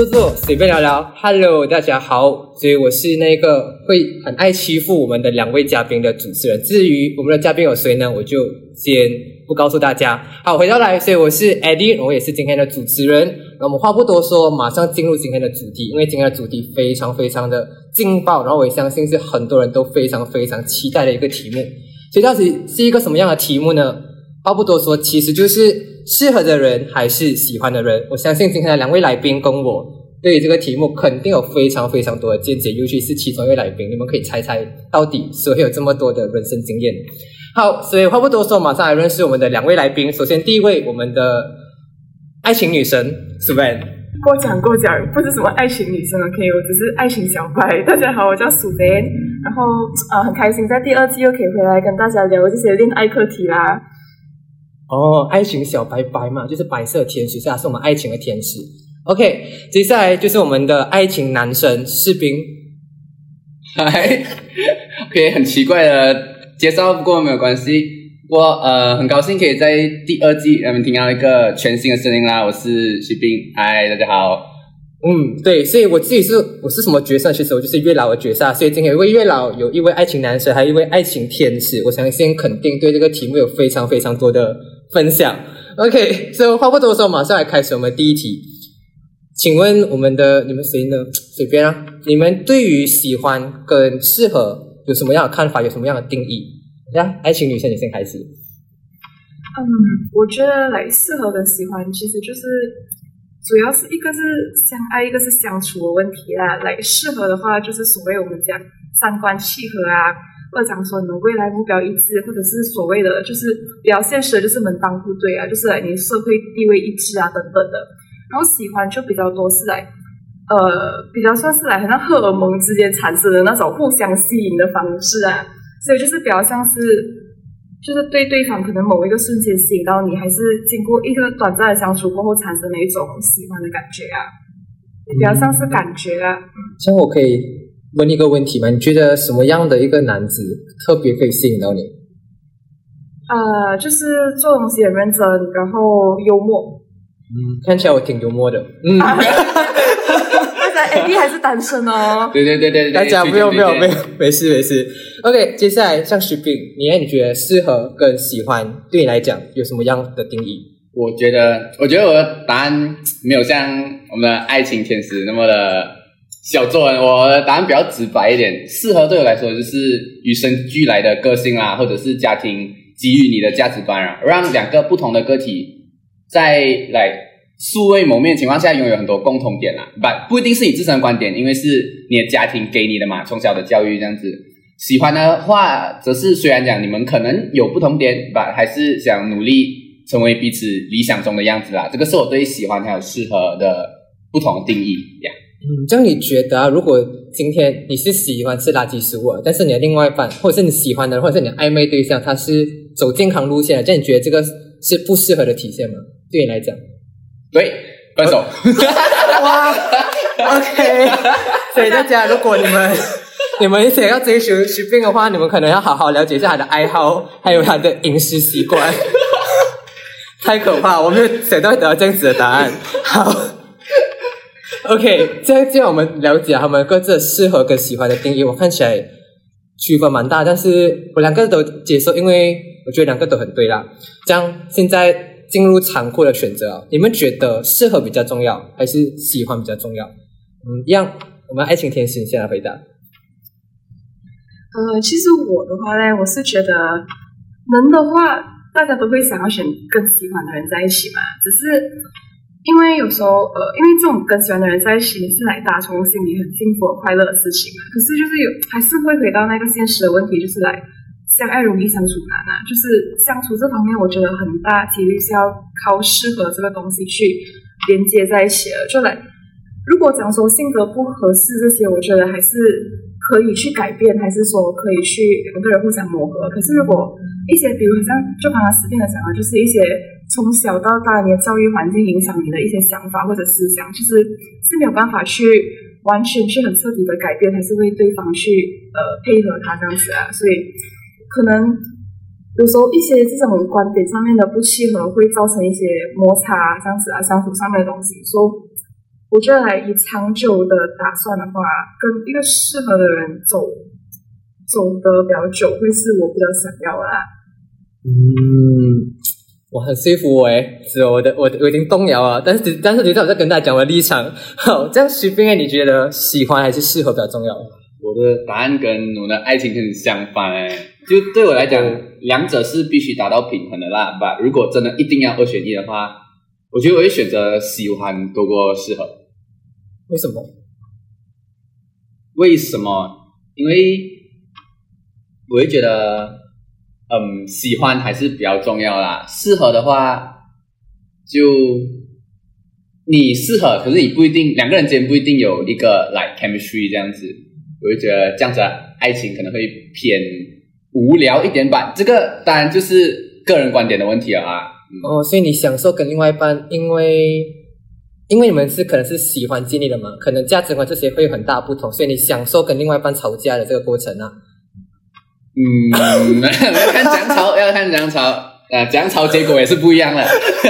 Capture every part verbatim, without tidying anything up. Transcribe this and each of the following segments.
做做，随便聊聊。Hello， 大家好，所以我是那个会很爱欺负我们的两位嘉宾的主持人。至于我们的嘉宾有谁呢，我就先不告诉大家。好，回到来，所以我是 Eddie， 我也是今天的主持人。那我们话不多说，马上进入今天的主题，因为今天的主题非常非常的劲爆，然后我也相信是很多人都非常非常期待的一个题目。所以到底是一个什么样的题目呢？话不多说，其实就是适合的人还是喜欢的人。我相信今天的两位来宾跟我对于这个题目肯定有非常非常多的见解，尤其是其中一位来宾，你们可以猜猜到底谁有这么多的人生经验。好，所以话不多说，马上来认识我们的两位来宾。首先第一位，我们的爱情女神 Suvan。 过奖过奖，不是什么爱情女生 OK， 我只是爱情小白。大家好，我叫 Suvan， 然后呃很开心在第二季又可以回来跟大家聊这些恋爱课题啦。 哦，爱情小白白嘛，就是白色天使，是他是我们爱情的天使。OK， 接下来就是我们的爱情男神士兵。 嗨 ，OK， 很奇怪的介绍，不过没有关系。我呃很高兴可以在第二季让你们听到一个全新的声音啦，我是士兵。嗨，大家好。 嗯，对，所以我自己是我是什么角色？其实我就是月老的角色，所以今天有一位月老，有一位爱情男神，还有一位爱情天使。我相信肯定对这个题目有非常非常多的分享。OK， 所以话不多说，马上来开始我们第一题。请问我们的你们谁呢？随便啊，你们对于喜欢跟适合有什么样的看法？有什么样的定义？来，爱情女生你先开始。 嗯，我觉得来适合跟喜欢其实就是主要是一个是相爱，一个是相处的问题啦。来适合的话，就是所谓我们讲三观契合啊，或者讲说你们未来目标一致，或者是所谓的就是比较现实的，就是门当户对啊，就是来你社会地位一致啊等等的。然后喜欢就比较多是来呃比较算是来好像荷尔蒙之间产生的那种互相吸引的方式啊，所以就是比较像是就是对对方可能某一个瞬间吸引到你，还是经过一个短暂的相处过后产生的一种喜欢的感觉啊，比较像是感觉啊。 像我可以问一个问题吗？你觉得什么样的一个男子特别可以吸引到你？ 呃，就是做东西很认真，然后幽默。 嗯，看起来我挺幽默的。嗯， 大家 Eddie 还是单身哦。 对对对对， 大家不用不用没有没事没事。OK， 接下来像徐炳，你你觉得适合跟喜欢对你来讲有什么样的定义？ 我觉得，我觉得我的答案没有像我们的爱情天使那么的小作文，我的答案比较直白一点。适合对我来说就是与生俱来的个性啦，或者是家庭给予你的价值观啊，让两个不同的个体在来素未谋面的情况下拥有很多共同点啦，不不一定是你自身的观点，因为是你的家庭给你的嘛，从小的教育这样子。喜欢的话则是虽然讲你们可能有不同点吧，还是想努力成为彼此理想中的样子啦，这个是我对喜欢还有适合的不同的定义呀。 嗯，这样你觉得啊，如果今天你是喜欢吃垃圾食物，但是你的另外一半或者是你喜欢的或者是你的暧昧对象他是走健康路线的，这样你觉得这个是不适合的体现吗？对你来讲？ 对，分手。 哇 ，OK， 所以大家如果你们你们想要追求徐斌的话，你们可能要好好了解一下他的爱好，还有他的饮食习惯。太可怕，我没有想到会得到这样子的答案。好 ，OK， 这样这样我们了解他们各自的适合跟喜欢的定义，我看起来区分蛮大，但是我两个都接受，因为我觉得两个都很对啦。这样现在进入残酷的选择，你们觉得适合比较重要，还是喜欢比较重要？嗯，一样，我们爱情天使先来回答。 呃，其实我的话呢，我是觉得能的话，大家都会想要选更喜欢的人在一起嘛。只是因为有时候，呃，因为这种更喜欢的人在一起是来打从心里很幸福、很快乐的事情嘛。可是就是有，还是会回到那个现实的问题，就是来相爱容易相处难啊。就是相处这方面，我觉得很大几率是要靠适合这个东西去连接在一起的。就来，如果讲说性格不合适这些，我觉得还是可以去改变，还是说可以去两个人互相磨合。可是如果一些比如像就刚刚史蒂的讲的，就是一些从小到大你的教育环境影响你的一些想法或者思想，其实是没有办法去完全去很彻底的改变，还是为对方去呃配合他这样子啊。所以可能有时候一些这种观点上面的不契合，会造成一些摩擦这样子啊，相处上面的东西。说我觉得来以长久的打算的话，跟一个适合的人走走得比较久，会是我比较想要的啦。 嗯，我很说服我诶，是我的我我已经动摇了，但是但是等一下我再跟大家讲我的立场。好，这样徐冰诶，你觉得喜欢还是适合比较重要？ 我的答案跟我的爱情很相反诶，就对我来讲，两者是必须达到平衡的啦。吧，如果真的一定要二选一的话，我觉得我会选择喜欢多过适合。 为什么？ 为什么？因为我会觉得，嗯，喜欢还是比较重要啦。适合的话，就你适合，可是你不一定两个人之间不一定有一个 like chemistry 这样子。我就觉得这样子的爱情可能会偏无聊一点吧。这个当然就是个人观点的问题了啊。嗯、 哦，所以你享受跟另外一半，因为因为你们是可能是喜欢建立的嘛，可能价值观这些会有很大不同，所以你享受跟另外一半吵架的这个过程啊。 嗯，要看怎样吵，要看怎样吵，啊，怎样吵结果也是不一样的。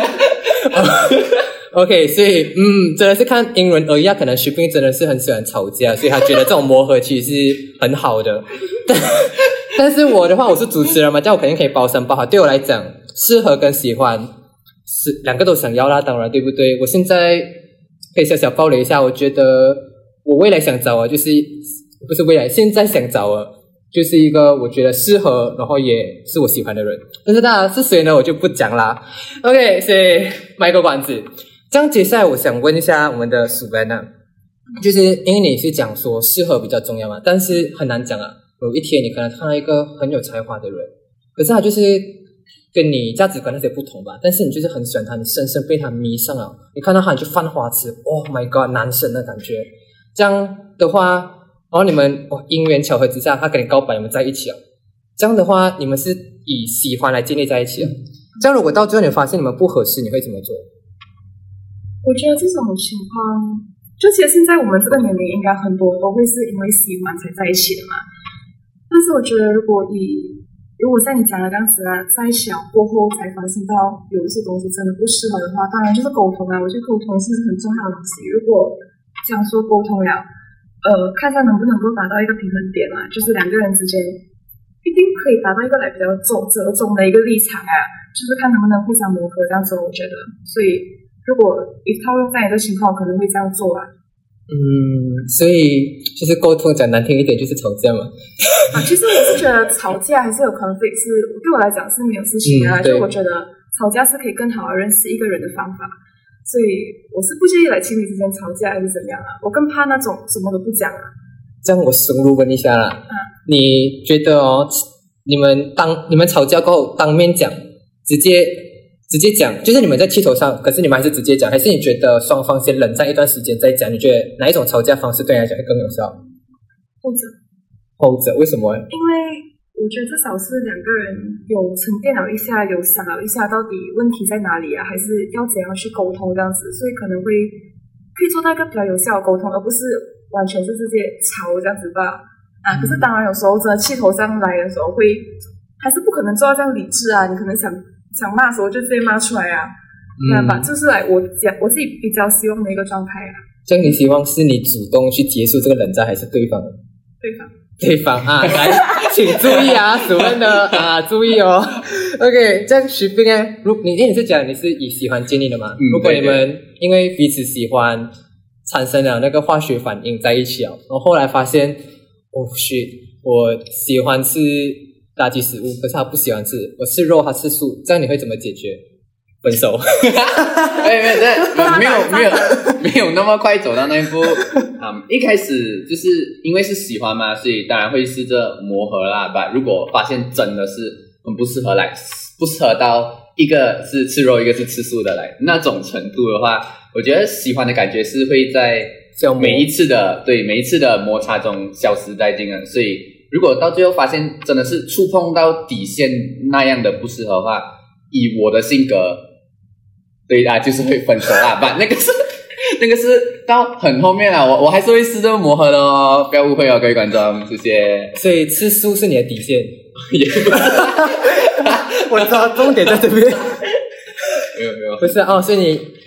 OK， 所以嗯，真的是看因人而异啊。可能徐冰真的是很喜欢吵架，所以他觉得这种磨合其实是很好的。但但是我的话，我是主持人嘛，这样我肯定可以包山包海。对我来讲，适合跟喜欢是两个都想要啦，当然对不对？我现在可以小小爆雷一下，我觉得我未来想找啊，就是不是未来，现在想找啊，就是一个我觉得适合，然后也是我喜欢的人。但是当然是谁呢，我就不讲啦。OK， 所以卖个关子。这样接下来我想问一下我们的苏班啊，就是因为你是讲说适合比较重要嘛，但是很难讲啊。有一天你可能看到一个很有才华的人，可是他就是跟你价值观那些不同吧，但是你就是很喜欢他，你深深被他迷上了，你看到他你就犯花痴 ，Oh my god， 男神的感觉。这样的话，然后你们哦因缘巧合之下，他跟你告白，你们在一起了。这样的话，你们是以喜欢来建立在一起了。这样如果到最后你发现你们不合适，你会怎么做？ 我觉得这种情况，就其实现在我们这个年龄，应该很多都会是因为喜欢才在一起的嘛。但是我觉得，如果以如果像你讲的这样子啊，在一起过后才发现到有一些东西真的不适合的话，当然就是沟通啊。我觉得沟通是很重要的东西。如果这样说沟通了，呃，看一下能不能够达到一个平衡点啊，就是两个人之间一定可以达到一个来比较走折中的一个立场啊，就是看能不能互相磨合这样子。我觉得，所以。如果一套用在你的情况，我可能会这样做啊。 嗯，所以就是沟通讲难听一点，就是吵架嘛。 啊，其实我是觉得吵架还是有可能，是对我来讲是没有事情的、啊。嗯、就我觉得吵架是可以更好的认识一个人的方法，所以我是不介意来情侣之间吵架还是怎样啊。我更怕那种什么都不讲啊。 这样我深入问一下啦，啊、你觉得哦，你们当你们吵架过后当面讲，直接。直接讲，就是你们在气头上，可是你们还是直接讲，还是你觉得双方先冷战一段时间再讲？你觉得哪一种吵架方式对你来讲会更有效？ 后者。 后者为什么？ 因为我觉得至少是两个人有沉淀了一下，有想了一下到底问题在哪里啊，还是要怎样去沟通这样子，所以可能会可以做到一个比较有效的沟通，而不是完全是直接吵这样子吧。啊，可是当然有时候真的气头上来的时候会，还是不可能做到这样理智啊，你可能想。想骂的时候就直接骂出来啊，明白吧？这是来我讲我自己比较希望的一个状态啊。 这样你希望是你主动去结束这个冷战，还是对方？ 对方。 对方啊，来，请注意啊，主任的啊，注意哦。OK， 这样徐冰呢？如你你是讲你是以喜欢建立的嘛？嗯、如果你们因为彼此喜欢产生了那个化学反应在一起啊，然后后来发现，哦，shit，我喜欢吃垃圾食物，可是他不喜欢吃，我吃肉，他吃素，这样你会怎么解决？分手？ 哎，没有，没有，没有，没有那么快走到那一步。嗯，一开始就是因为是喜欢嘛，所以当然会试着磨合啦。吧，如果发现真的是很不适合来，不适合到一个是吃肉，一个是吃素的来那种程度的话，我觉得喜欢的感觉是会在每一次的对每一次的摩擦中消失殆尽的，所以。如果到最后发现真的是触碰到底线那样的不适合的话，以我的性格，对啊，就是会分手啦。不，那个是那个是到很后面了，我我还是会试着磨合的哦，不要误会哦，各位观众，谢谢。 所以吃素是你的底线，也我知道重点在这边。 没有没有， 不是哦，所以你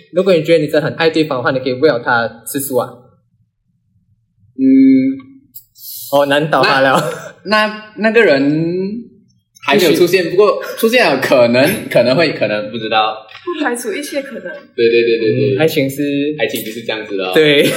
如果你觉得你真的很爱对方的话，你可以为了他吃素啊。 嗯， 哦，难倒他了。 那那那个人还没有出现，不过出现了，可能可能会，可能不知道， 不排除一切可能。 对对对对对， 嗯、爱情是爱情就是这样子的、哦。 对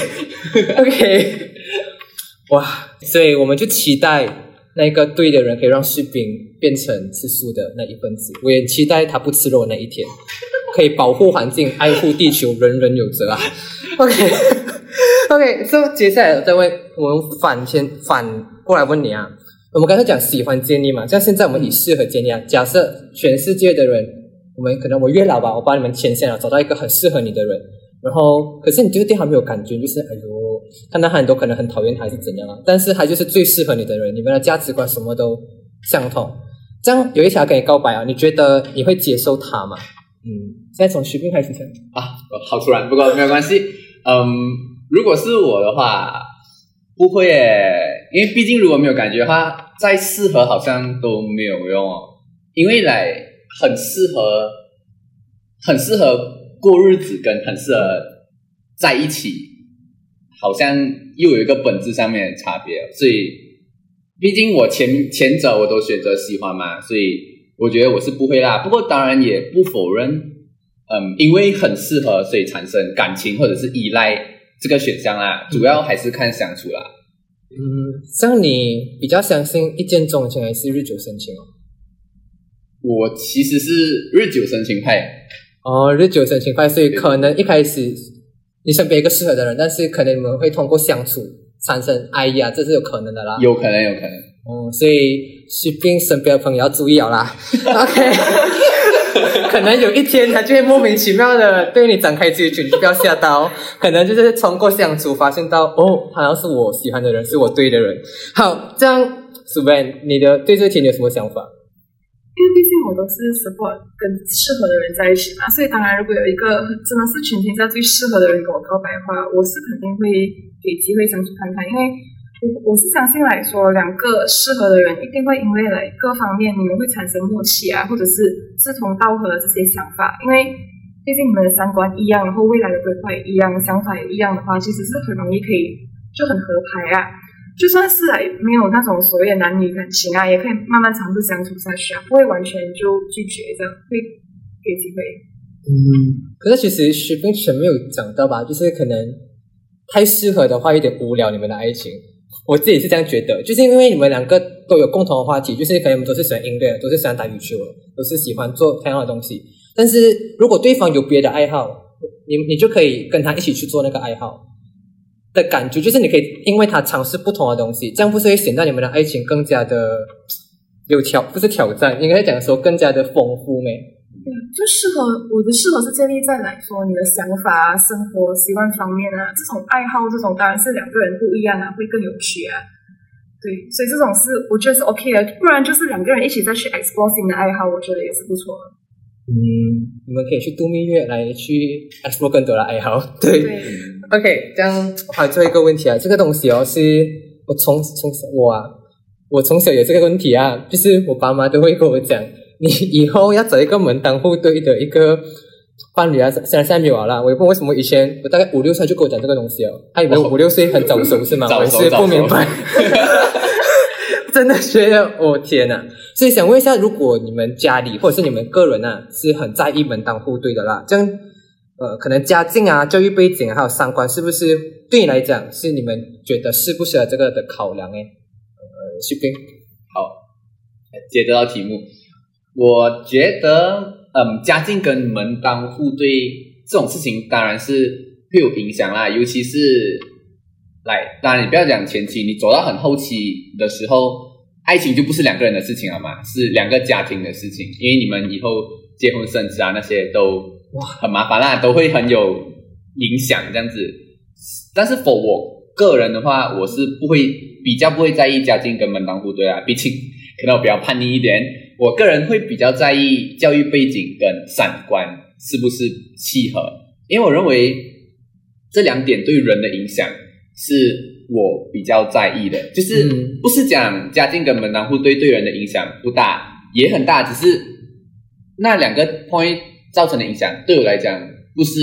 ，OK， 哇，所以我们就期待那个对的人可以让士兵变成吃素的那一份子，我也期待他不吃肉的那一天，可以保护环境、爱护地球，人人有责啊。OK，OK， 所以接下来再问我们反先反过来问你啊，我们刚才讲喜欢建立嘛，像现在我们以适合建立啊，假设全世界的人，我们可能我月老吧，我帮你们牵线了，找到一个很适合你的人，然后可是你就是对他没有感觉，就是哎呦。看到很多可能很讨厌他还是怎样啊，但是他就是最适合你的人，你们的价值观什么都相同。这样有一条跟你告白啊，你觉得你会接受他吗？嗯，现在从徐斌开始讲啊，好突然，不过没有关系。嗯，如果是我的话，不会耶，因为毕竟如果没有感觉的话，再适合好像都没有用哦。因为来很适合，很适合过日子，跟很适合在一起。好像又有一个本质上面的差别，所以毕竟我前前者我都选择喜欢嘛，所以我觉得我是不会啦。不过当然也不否认，嗯，因为很适合，所以产生感情或者是依赖这个选项啦。主要还是看相处啦。 嗯，像你比较相信一见钟情还是日久生情哦？ 我其实是日久生情派。 哦，日久生情派，所以可能一开始。你身边一个适合的人，但是可能你们会通过相处产生爱意啊，这是有可能的啦。 有可能，有可能。 哦，所以徐斌身边的朋友要注意了啦。OK， 可能有一天他就会莫名其妙的对你展开追求，你就不要吓到。可能就是通过相处发现到，哦，他好像是我喜欢的人，是我对的人。好，这样 Suban， 你的对这个题你有什么想法？ 因为毕竟我都是 support 跟适合的人在一起嘛，所以当然如果有一个真的是全天下最适合的人跟我告白的话，我是肯定会给机会相处看看，因为我我是相信来说，两个适合的人一定会因为来各方面你们会产生默契啊，或者是志同道合的这些想法，因为毕竟你们的三观一样，然后未来的规划也一样，想法也一样的话，其实是很容易可以就很合拍啊。就算是来没有那种所谓的男女感情啊，也可以慢慢长期相处下去啊，不会完全就拒绝这样，会给机会。 嗯，可是其实徐冰全没有讲到吧，就是可能太适合的话有点无聊你们的爱情，我自己是这样觉得，就是因为你们两个都有共同的话题，就是可能你们都是喜欢音乐，都是喜欢打羽球的，都是喜欢做同样的东西，但是如果对方有别的爱好，你你就可以跟他一起去做那个爱好。的感觉就是你可以因为他尝试不同的东西，这样不是会显得你们的爱情更加的有挑，不是挑战，应该讲说更加的丰富咩？ 对，就适合我的适合是建立在来说你的想法啊、生活习惯方面啊，这种爱好这种当然是两个人不一样啊，会更有趣啊。对，所以这种是我觉得是 OK 的，不然就是两个人一起再去 explore 新的爱好，我觉得也是不错的。 嗯，你们可以去度蜜月来去 explore 更多的爱好。对。对OK， 这样还有最后一个问题啊，这个东西哦，是我从从我啊，我从小有这个问题啊，就是我爸妈都会跟我讲，你以后要找一个门当户对的一个伴侣啊，虽然现在没有了啦，我也不知道为什么以前我大概五六岁就跟我讲这个东西哦，他以为五六岁很早熟是吗？我也是不明白，真的觉得我、哦、天哪！所以想问一下，如果你们家里或者是你们个人啊，是很在意门当户对的啦，这样。呃，可能家境啊、教育背景还有三观，是不是对你来讲是你们觉得适不适合这个的考量？诶，呃，徐斌， 好，接得到题目，我觉得，嗯，家境跟门当户对这种事情当然是会有影响啦，尤其是来，当然你不要讲前期，你走到很后期的时候，爱情就不是两个人的事情了嘛，是两个家庭的事情，因为你们以后结婚生子啊那些都。哇，很麻烦啦，都会很有影响这样子。但是 for 我个人的话，我是不会比较不会在意家境跟门当户对啊，毕竟可能我比较叛逆一点，我个人会比较在意教育背景跟三观是不是契合，因为我认为这两点对人的影响是我比较在意的，就是不是讲家境跟门当户对对人的影响不大，也很大，只是那两个 point。造成的影响对我来讲不是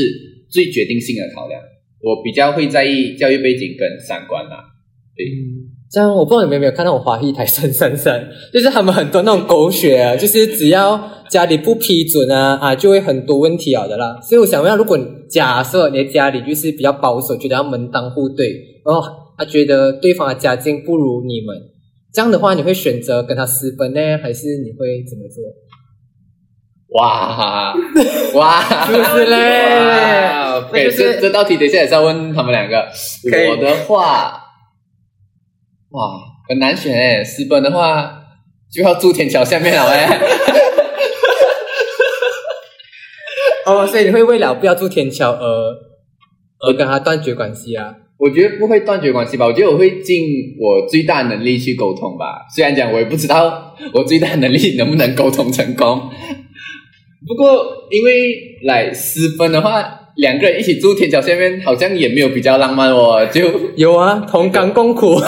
最决定性的考量。我比较会在意教育背景跟三观啦。对。 嗯，这样我不知道你们有没有看到我华裔台三三三，就是他们很多那种狗血啊，就是只要家里不批准啊啊，就会很多问题了的啦。所以我想问，如果假设你的家里就是比较保守，觉得要门当户对，然后他觉得对方的家境不如你们，这样的话，你会选择跟他私奔呢，还是你会怎么做？ 哇哇， 是不是嘞？ 可以，这这道题等一下也是要问他们两个。我的话，哇，很难选诶。私奔的话，就要住天桥下面了诶。 哦，所以你会为了不要住天桥而而跟他断绝关系啊？ 我觉得不会断绝关系吧，我觉得我会尽我最大能力去沟通吧。虽然讲我也不知道我最大能力能不能沟通成功，不过因为来私奔的话，两个人一起住天桥下面，好像也没有比较浪漫哦。就有啊，同甘共苦。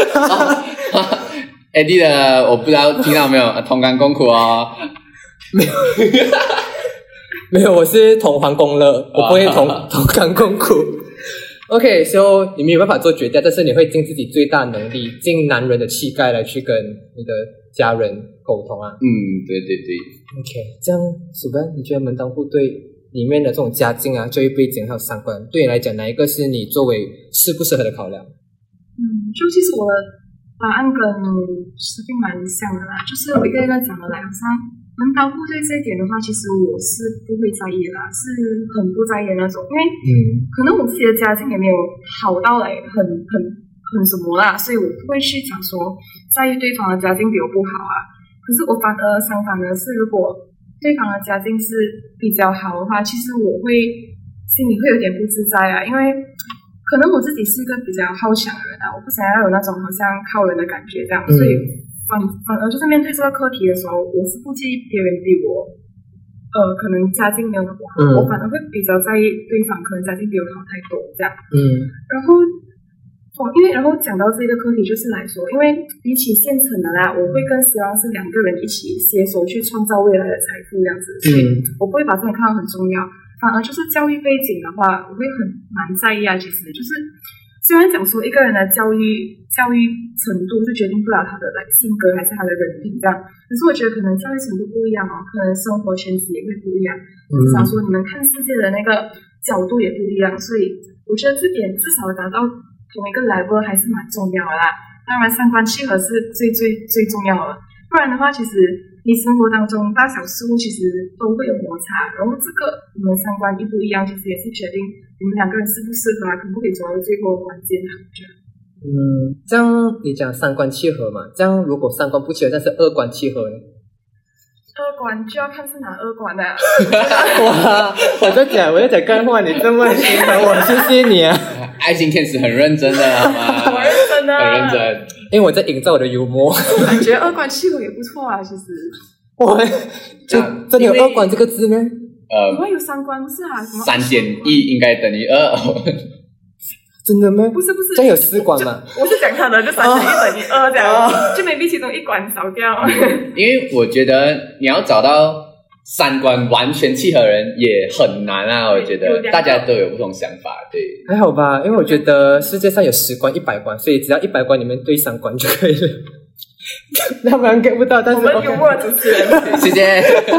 Eddie 的我不知道听到没有，同甘共苦哦。 没有，没有，我是同欢共乐，我不会同同甘共苦。OK， 所以你没有办法做决定，但是你会尽自己最大能力，尽男人的气概来去跟你的家人沟通啊。 嗯，对对对。 OK， 这样鼠标，你觉得门当户对里面的这种家境啊、教育背景还有三观，对你来讲，哪一个是你作为适不适合的考量？ 嗯，就其实我的答案跟诗斌蛮像的啦，就是我一个一个讲的来，好像门当户对这一点的话，其实我是不会在意的啦，是很不在意的那种，因为嗯，可能我自己的家境也没有好到来很很很什么啦，所以我不会去讲说在意对方的家境比我不好啊。可是我反而相反的是，如果对方的家境是比较好的话，其实我会心里会有点不自在啊，因为可能我自己是一个比较好强的人啊，我不想要有那种好像靠人的感觉这样，所以。反反而就是面对这个课题的时候，我是不介意别人比我，呃，可能家境没有那么好，嗯、我反而会比较在意对方可能家境比我好太多这样。嗯，然后，哦，因为然后讲到这个课题，就是来说，因为比起现成的啦，我会更希望是两个人一起携手去创造未来的财富这样子，所以我不会把这点看到很重要。反而就是教育背景的话，我会很蛮在意啊，其实就是。虽然讲说一个人的教育教育程度是决定不了他的来性格还是他的人品这样，可是我觉得可能教育程度不一样哦，可能生活圈子也会不一样，至少说你们看世界的那个角度也不一样，所以我觉得这点至少达到同一个 level 还是蛮重要的啦。当然三观契合是最最最重要的，不然的话其实你生活当中大小事物其实都会有摩擦，然后这个你们三观一不一样，其实也是决定你们两个人适不适合啊，可不可以走到最后的关键啊？我觉得。 嗯，这样你讲三观契合嘛？这样如果三观不契合，但是二观契合呢？ 二观就要看是哪二观啊！ 哇，我在讲我在讲干话，你这么心疼我，谢谢你啊！ 爱情天使很认真的，好吗？ 我认真的， 很认真。 因为我在营造我的幽默。 我感觉二观契合也不错啊，其实。 我就真的有二观这个字呢？ 呃， 你会有三观是啊？什么？ 三减一应该等于二。 真的吗？ 不是不是， 这样有四观嘛？ 我是讲他的，就三减一等于二这样，就maybe其中一观少掉。 因为我觉得你要找到三观完全契合的人也很难啊，我觉得大家都有不同想法，对。 还好吧，因为我觉得世界上有十观、一百观，所以只要一百观里面对三观就可以了。那不然 get 不到，但是我们幽默主持人， 谢谢。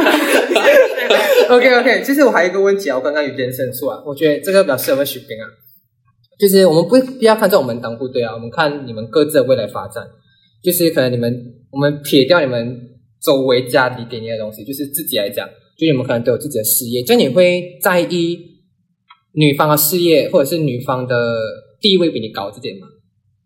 OK OK， 其实我还有一个问题啊，我刚刚有延伸出啊，我觉得这个比较适合问许斌啊，就是我们不不要看这种门当户对啊，我们看你们各自的未来发展，就是可能你们我们撇掉你们周围家里给你的东西，就是自己来讲，就你们可能都有自己的事业，这样你会在意女方的事业或者是女方的地位比你高这点吗？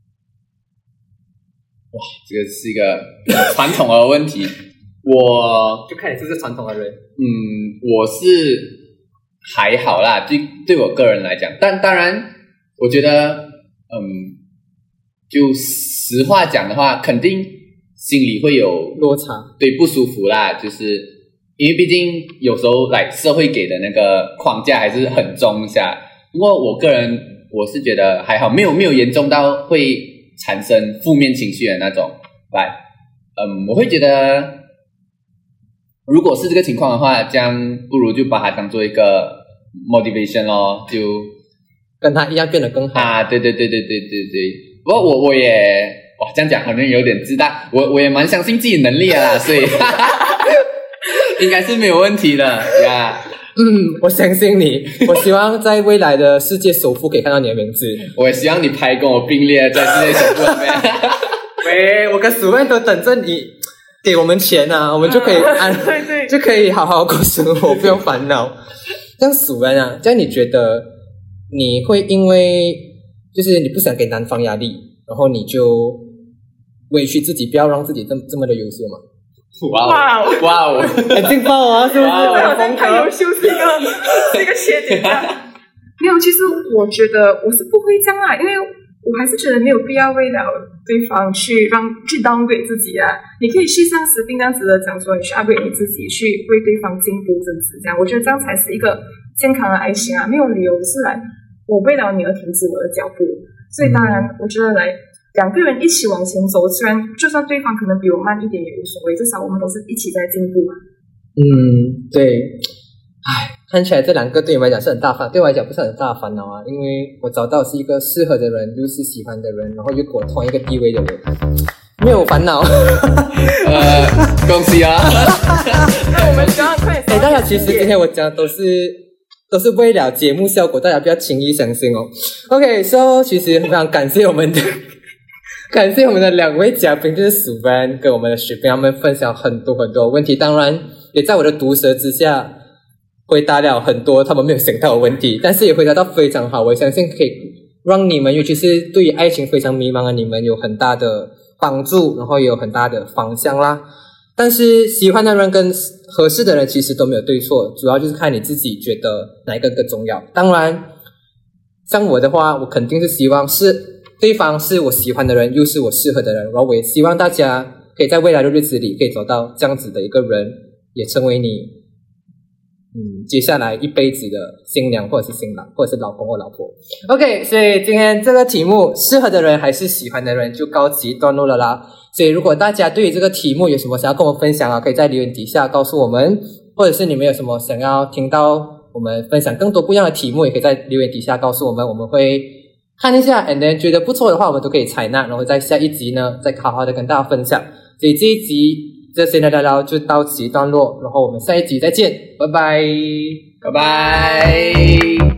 哇，这个是一个传统的问题。我就看你是不是传统的人。 嗯，我是还好啦，对对我个人来讲，但当然，我觉得，嗯，就实话讲的话，肯定心里会有落差， 对，不舒服啦，就是因为毕竟有时候来社会给的那个框架还是很重一下。不过我个人我是觉得还好，没有没有严重到会产生负面情绪的那种。来，嗯，我会觉得。如果是这个情况的话，这样不如就把它当做一个 motivation 咯，就跟他一样变得更好啊，对对对对对对对。不过我我也哇这样讲好像有点自大，我我也蛮相信自己能力的啦，所以应该是没有问题的呀。 嗯，我相信你。我希望在未来的世界首富可以看到你的名字。 我也希望你拍跟我并列在世界首富里面。 喂，我跟鼠妹都等着你给我们钱啊，我们就可以安， 啊、对对， 就可以好好过生活，不用烦恼。这样鼠妹啊，这样你觉得你会因为就是你不想给男方压力，然后你就委屈自己，不要让自己这这么的优秀嘛？ 哇哦哇哦， 很劲爆啊，是不是？ 好像太优秀是一个是一个缺点啊。没有，其实我觉得我是不会这样啊，因为我还是觉得没有必要为了对方去让去 downgrade 自己啊。你可以去像石斌这样子的讲说，你去 upgrade 你自己，去为对方进步增值，这样我觉得这样才是一个健康的爱情啊。没有理由是来我为了你而停止我的脚步。所以当然，我觉得来。两个人一起往前走，虽然就算对方可能比我慢一点也无所谓，至少我们都是一起在进步嘛。 嗯，对。唉，看起来这两个对你们来讲是很大烦，对我来讲不是很大的烦恼啊，因为我找到是一个适合的人，又是喜欢的人，然后又跟我同一个地位的人，没有烦恼。 呃，恭喜啊！ 那我们希望快点。 哎，大家其实今天我讲的都是。都是为了节目效果，大家不要轻易相信哦。OK，so、okay, 其实非常感谢我们的感谢我们的两位嘉宾，就是鼠班跟我们的雪冰，他们分享很多很多问题，当然也在我的毒舌之下回答了很多他们没有想到的问题，但是也回答到非常好，我相信可以让你们，尤其是对于爱情非常迷茫的你们有很大的帮助，然后也有很大的方向啦。但是喜欢的人跟合适的人其实都没有对错，主要就是看你自己觉得哪一个更重要。当然像我的话，我肯定是希望是对方是我喜欢的人，又是我适合的人，然后我也希望大家可以在未来的日子里可以找到这样子的一个人，也成为你嗯接下来一辈子的新娘或者是新郎或者是老公或老婆。 OK， 所以今天这个题目适合的人还是喜欢的人就告其段落了啦。所以如果大家对于这个题目有什么想要跟我们分享啊，可以在留言底下告诉我们，或者是你们有什么想要听到我们分享更多不一样的题目，也可以在留言底下告诉我们，我们会看一下 and then 觉得不错的话我们都可以采纳，然后在下一集呢再好好的跟大家分享。所以这一集这闲聊聊聊就到此一段落，然后我们下一集再见，拜拜拜拜。